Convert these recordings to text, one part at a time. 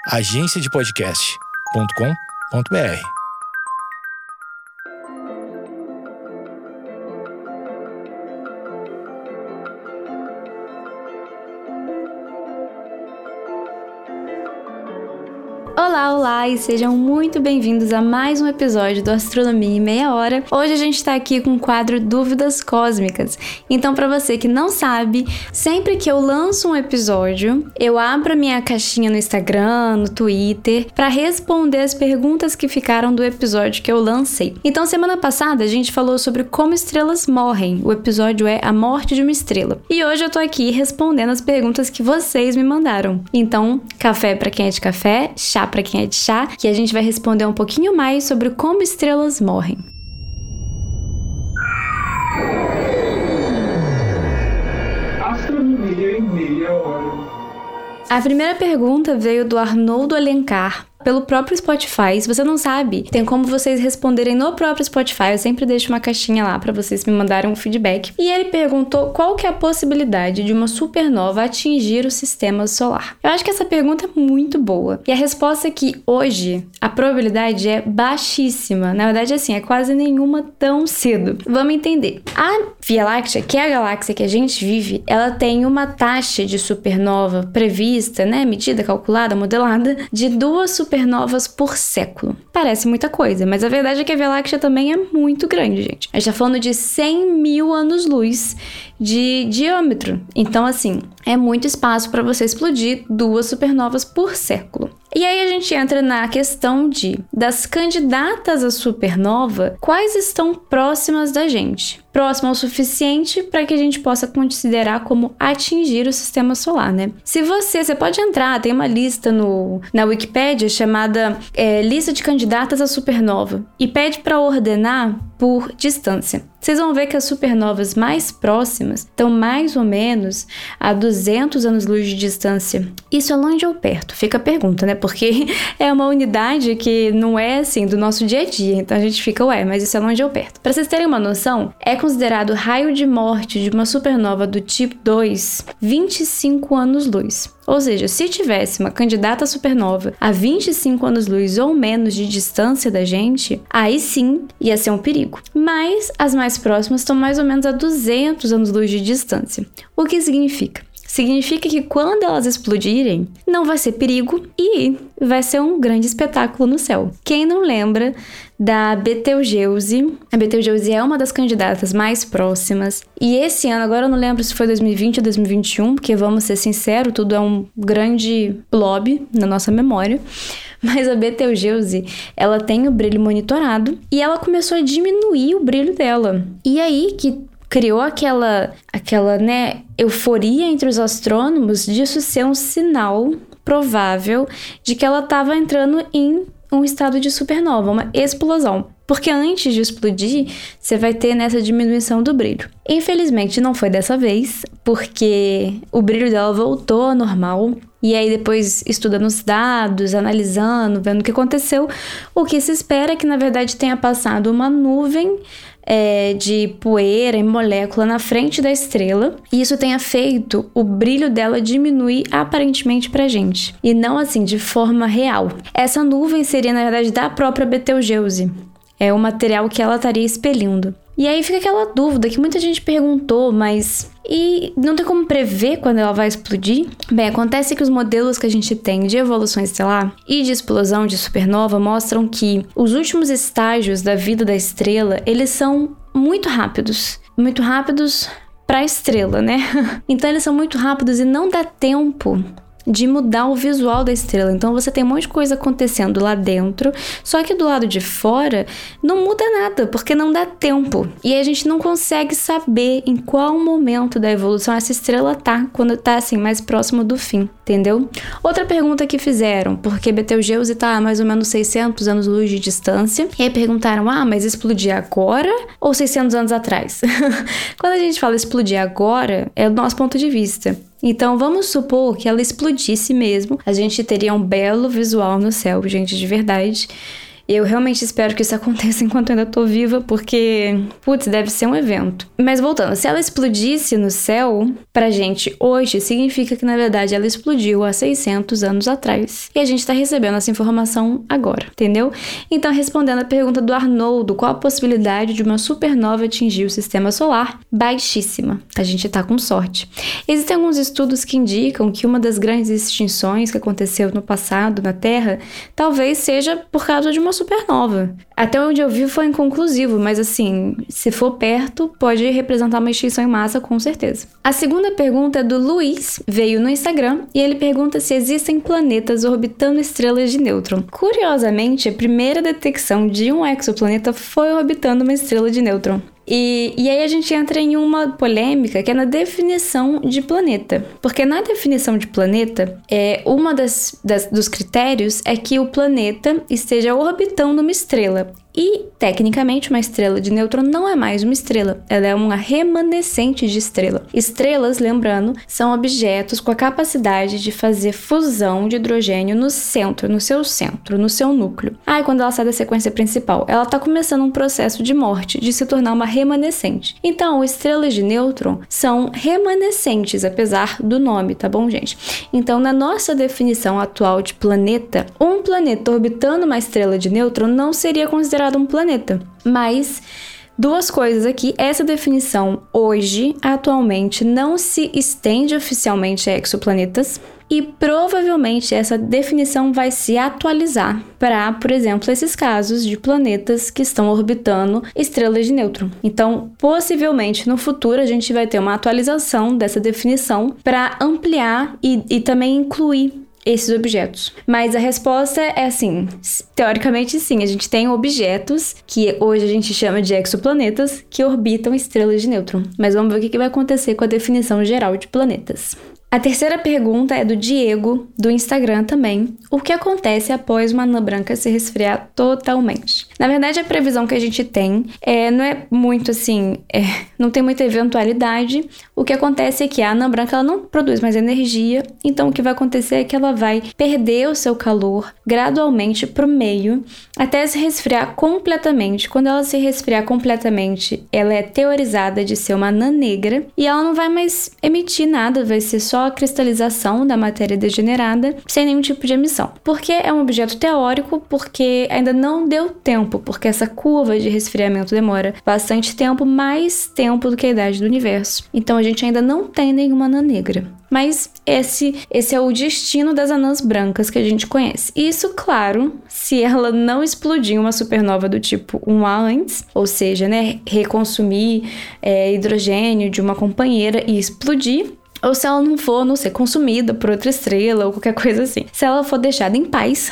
agenciadepodcast.com.br. Olá e sejam muito bem-vindos a mais um episódio do Astronomia em Meia Hora. Hoje a gente tá aqui com o quadro Dúvidas Cósmicas. Então, pra você que não sabe, sempre que eu lanço um episódio, eu abro a minha caixinha no Instagram, no Twitter, pra responder as perguntas que ficaram do episódio que eu lancei. Então, semana passada a gente falou sobre como estrelas morrem. O episódio é A Morte de uma Estrela. E hoje eu tô aqui respondendo as perguntas que vocês me mandaram. Então, café pra quem é de café, chá pra quem é de chá, que a gente vai responder um pouquinho mais sobre como estrelas morrem. Astronomia em Meia Hora. A primeira pergunta veio do Arnoldo Alencar, pelo próprio Spotify. Se você não sabe, tem como vocês responderem no próprio Spotify. Eu sempre deixo uma caixinha lá pra vocês me mandarem um feedback. E ele perguntou qual que é a possibilidade de uma supernova atingir o sistema solar. Eu acho que essa pergunta é muito boa. E a resposta é que hoje a probabilidade é baixíssima. Na verdade, assim, é quase nenhuma tão cedo. Vamos entender. A Via Láctea, que é a galáxia que a gente vive, ela tem uma taxa de supernova prevista, né, medida, calculada, modelada, de 2 supernovas por século. Parece muita coisa, mas a verdade é que a Via Láctea também é muito grande, gente. A gente tá falando de 100 mil anos-luz de diâmetro. Então, assim, é muito espaço para você explodir 2 supernovas por século. E aí a gente entra na questão das candidatas à supernova, quais estão próximas da gente? Próxima o suficiente para que a gente possa considerar como atingir o sistema solar, né? Se você pode entrar, tem uma lista na Wikipédia chamada Lista de Candidatas à Supernova e pede para ordenar por distância. Vocês vão ver que as supernovas mais próximas estão mais ou menos a 200 anos-luz de distância. Isso é longe ou perto? Fica a pergunta, né? Porque é uma unidade que não é assim do nosso dia a dia. Então a gente fica, mas isso é longe ou perto? Para vocês terem uma noção, é considerado raio de morte de uma supernova do tipo 2, 25 anos-luz. Ou seja, se tivesse uma candidata supernova a 25 anos-luz ou menos de distância da gente, aí sim ia ser um perigo. Mas as mais próximas estão mais ou menos a 200 anos-luz de distância. O que significa? Significa que quando elas explodirem, não vai ser perigo e vai ser um grande espetáculo no céu. Quem não lembra da Betelgeuse? A Betelgeuse é uma das candidatas mais próximas. E esse ano, agora eu não lembro se foi 2020 ou 2021, porque vamos ser sinceros, tudo é um grande blob na nossa memória. Mas a Betelgeuse, ela tem o brilho monitorado e ela começou a diminuir o brilho dela. E aí que criou aquela euforia entre os astrônomos disso ser um sinal provável de que ela estava entrando em um estado de supernova, uma explosão. Porque antes de explodir, você vai ter nessa diminuição do brilho. Infelizmente, não foi dessa vez, porque o brilho dela voltou ao normal. E aí depois estudando os dados, analisando, vendo o que aconteceu, o que se espera é que na verdade tenha passado uma nuvem de poeira e molécula na frente da estrela, e isso tenha feito o brilho dela diminuir aparentemente pra gente, e não assim de forma real. Essa nuvem seria na verdade da própria Betelgeuse, é o material que ela estaria expelindo. E aí fica aquela dúvida que muita gente perguntou, mas e não tem como prever quando ela vai explodir? Bem, acontece que os modelos que a gente tem de evolução estelar e de explosão de supernova mostram que os últimos estágios da vida da estrela, eles são muito rápidos para a estrela, né? Então eles são muito rápidos e não dá tempo de mudar o visual da estrela. Então você tem um monte de coisa acontecendo lá dentro, só que do lado de fora não muda nada, porque não dá tempo. E a gente não consegue saber em qual momento da evolução essa estrela tá, quando tá assim mais próximo do fim, entendeu? Outra pergunta que fizeram, porque Betelgeuse tá a mais ou menos 600 anos-luz de distância, e aí perguntaram, mas explodir agora ou 600 anos atrás? Quando a gente fala explodir agora, é do nosso ponto de vista. Então, vamos supor que ela explodisse mesmo. A gente teria um belo visual no céu, gente, de verdade. Eu realmente espero que isso aconteça enquanto eu ainda tô viva, porque, putz, deve ser um evento. Mas voltando, se ela explodisse no céu, pra gente hoje, significa que na verdade ela explodiu há 600 anos atrás. E a gente tá recebendo essa informação agora, entendeu? Então, respondendo a pergunta do Arnoldo, qual a possibilidade de uma supernova atingir o sistema solar? Baixíssima. A gente tá com sorte. Existem alguns estudos que indicam que uma das grandes extinções que aconteceu no passado na Terra talvez seja por causa de uma supernova. Até onde eu vi foi inconclusivo, mas assim, se for perto, pode representar uma extinção em massa com certeza. A segunda pergunta é do Luiz, veio no Instagram, e ele pergunta se existem planetas orbitando estrelas de nêutron. Curiosamente, a primeira detecção de um exoplaneta foi orbitando uma estrela de nêutron. E aí a gente entra em uma polêmica que é na definição de planeta. Porque na definição de planeta, uma dos critérios é que o planeta esteja orbitando uma estrela. E, tecnicamente, uma estrela de nêutron não é mais uma estrela, ela é uma remanescente de estrela. Estrelas, lembrando, são objetos com a capacidade de fazer fusão de hidrogênio no seu núcleo. Aí, quando ela sai da sequência principal, ela está começando um processo de morte, de se tornar uma remanescente. Então, estrelas de nêutron são remanescentes, apesar do nome, tá bom, gente? Então, na nossa definição atual de planeta, um planeta orbitando uma estrela de nêutron não seria considerado um planeta. Mas duas coisas aqui, essa definição hoje, atualmente, não se estende oficialmente a exoplanetas e provavelmente essa definição vai se atualizar para, por exemplo, esses casos de planetas que estão orbitando estrelas de nêutron. Então, possivelmente no futuro a gente vai ter uma atualização dessa definição para ampliar e também incluir esses objetos. Mas a resposta é assim, teoricamente sim, a gente tem objetos que hoje a gente chama de exoplanetas que orbitam estrelas de nêutron. Mas vamos ver o que vai acontecer com a definição geral de planetas. A terceira pergunta é do Diego, do Instagram também. O que acontece após uma anã branca se resfriar totalmente? Na verdade, a previsão que a gente tem não é muito assim, não tem muita eventualidade. O que acontece é que a anã branca ela não produz mais energia, então o que vai acontecer é que ela vai perder o seu calor gradualmente para o meio, até se resfriar completamente. Quando ela se resfriar completamente, ela é teorizada de ser uma anã negra e ela não vai mais emitir nada, vai ser só a cristalização da matéria degenerada sem nenhum tipo de emissão. Por que é um objeto teórico? Porque ainda não deu tempo, porque essa curva de resfriamento demora bastante tempo, mais tempo do que a idade do universo. Então a gente ainda não tem nenhuma anã negra. Mas esse é o destino das anãs brancas que a gente conhece. Isso, claro, se ela não explodir uma supernova do tipo 1A antes, ou seja, né, reconsumir hidrogênio de uma companheira e explodir, ou se ela não for, não ser consumida por outra estrela ou qualquer coisa assim. Se ela for deixada em paz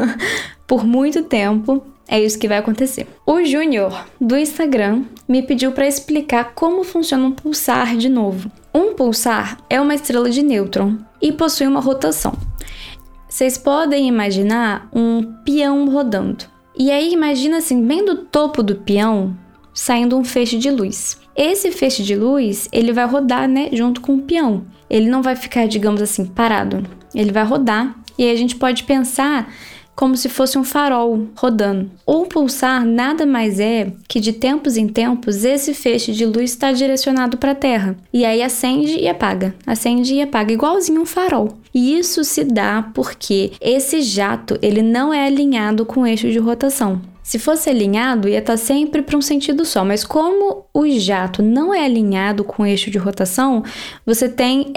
por muito tempo, é isso que vai acontecer. O Júnior, do Instagram, me pediu para explicar como funciona um pulsar de novo. Um pulsar é uma estrela de nêutron e possui uma rotação. Vocês podem imaginar um peão rodando. E aí imagina assim, bem do topo do peão, saindo um feixe de luz. Esse feixe de luz, ele vai rodar, né, junto com o peão. Ele não vai ficar, digamos assim, parado. Ele vai rodar e aí a gente pode pensar como se fosse um farol rodando. O pulsar nada mais é que de tempos em tempos esse feixe de luz está direcionado para a Terra. E aí acende e apaga, igualzinho um farol. E isso se dá porque esse jato ele não é alinhado com o eixo de rotação. Se fosse alinhado, ia estar sempre para um sentido só, mas como o jato não é alinhado com o eixo de rotação, você tem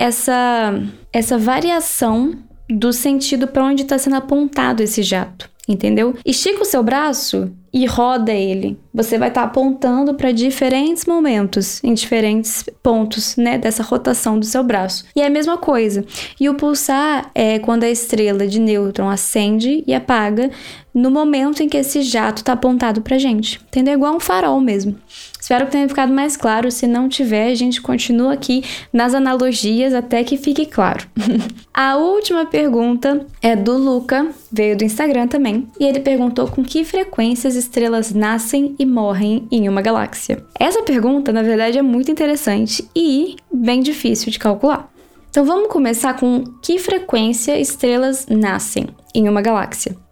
essa variação do sentido para onde está sendo apontado esse jato, entendeu? Estica o seu braço e roda ele. Você vai estar apontando para diferentes momentos, em diferentes pontos, né, dessa rotação do seu braço. E é a mesma coisa. E o pulsar é quando a estrela de nêutron acende e apaga no momento em que esse jato está apontado pra gente. Entendeu? Igual um farol mesmo. Espero que tenha ficado mais claro. Se não tiver, a gente continua aqui nas analogias até que fique claro. A última pergunta é do Luca, veio do Instagram também, e ele perguntou com que frequência as estrelas nascem e morrem em uma galáxia. Essa pergunta, na verdade, é muito interessante e bem difícil de calcular. Então vamos começar com que frequência estrelas nascem em uma galáxia.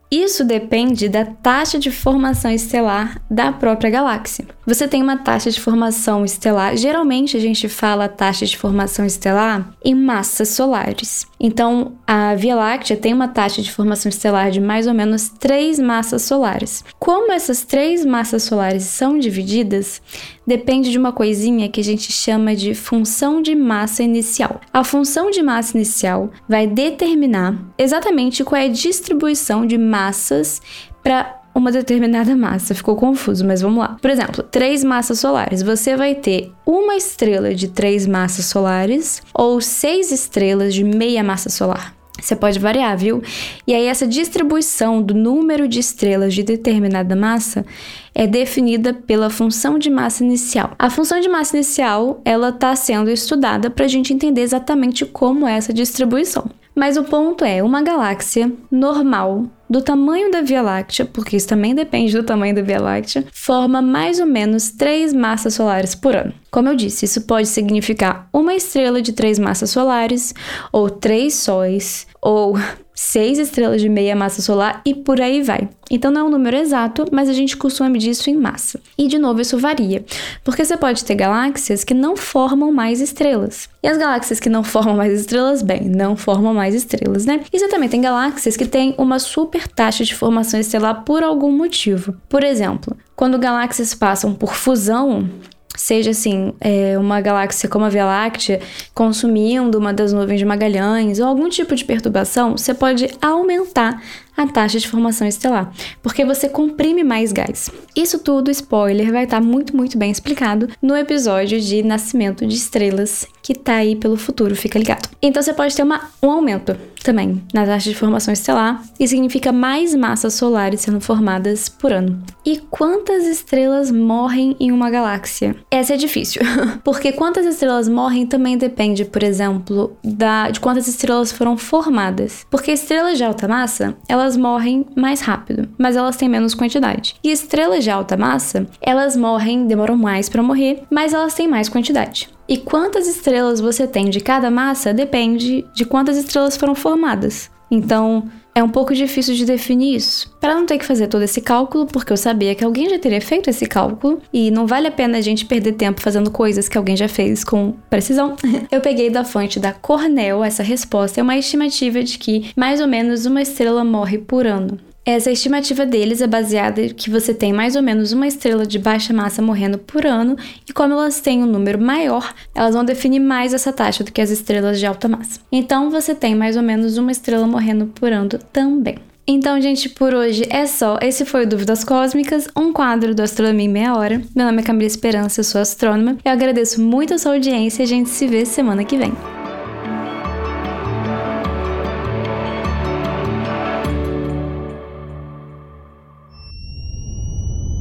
Isso depende da taxa de formação estelar da própria galáxia. Você tem uma taxa de formação estelar, geralmente a gente fala taxa de formação estelar em massas solares. Então, a Via Láctea tem uma taxa de formação estelar de mais ou menos 3 massas solares. Como essas 3 massas solares são divididas, depende de uma coisinha que a gente chama de função de massa inicial. A função de massa inicial vai determinar exatamente qual é a distribuição de massas para uma determinada massa. Ficou confuso, mas vamos lá. Por exemplo, 3 massas solares. Você vai ter uma estrela de 3 massas solares ou 6 estrelas de meia massa solar. Você pode variar, viu? E aí essa distribuição do número de estrelas de determinada massa é definida pela função de massa inicial. A função de massa inicial, ela está sendo estudada para a gente entender exatamente como é essa distribuição. Mas o ponto é, uma galáxia normal, do tamanho da Via Láctea, porque isso também depende do tamanho da Via Láctea, forma mais ou menos 3 massas solares por ano. Como eu disse, isso pode significar uma estrela de 3 massas solares, ou 3 sóis, ou 6 estrelas de meia massa solar e por aí vai. Então não é um número exato, mas a gente costuma medir isso em massa. E de novo isso varia, porque você pode ter galáxias que não formam mais estrelas. E as galáxias que não formam mais estrelas, bem, não formam mais estrelas, né? E você também tem galáxias que têm uma super taxa de formação estelar por algum motivo. Por exemplo, quando galáxias passam por fusão, seja assim, uma galáxia como a Via Láctea consumindo uma das nuvens de Magalhães ou algum tipo de perturbação, você pode aumentar a taxa de formação estelar, porque você comprime mais gás. Isso tudo, spoiler, vai estar muito, muito bem explicado no episódio de Nascimento de Estrelas, que tá aí pelo futuro, fica ligado. Então você pode ter um aumento também na taxa de formação estelar, e significa mais massas solares sendo formadas por ano. E quantas estrelas morrem em uma galáxia? Essa é difícil, porque quantas estrelas morrem também depende, por exemplo, de quantas estrelas foram formadas. Porque estrelas de alta massa, elas morrem mais rápido, mas elas têm menos quantidade. E estrelas de alta massa, elas demoram mais para morrer, mas elas têm mais quantidade. E quantas estrelas você tem de cada massa depende de quantas estrelas foram formadas. Então, é um pouco difícil de definir isso. Para não ter que fazer todo esse cálculo, porque eu sabia que alguém já teria feito esse cálculo, e não vale a pena a gente perder tempo fazendo coisas que alguém já fez com precisão, eu peguei da fonte da Cornell essa resposta. É uma estimativa de que mais ou menos uma estrela morre por ano. Essa estimativa deles é baseada em que você tem mais ou menos uma estrela de baixa massa morrendo por ano, e como elas têm um número maior, elas vão definir mais essa taxa do que as estrelas de alta massa. Então você tem mais ou menos uma estrela morrendo por ano também. Então, gente, por hoje é só. Esse foi o Dúvidas Cósmicas, um quadro do Astronomia em Meia Hora. Meu nome é Camila Esperança, eu sou astrônoma. Eu agradeço muito a sua audiência e a gente se vê semana que vem.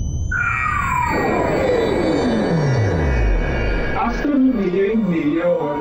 Astronomia em Meia Hora.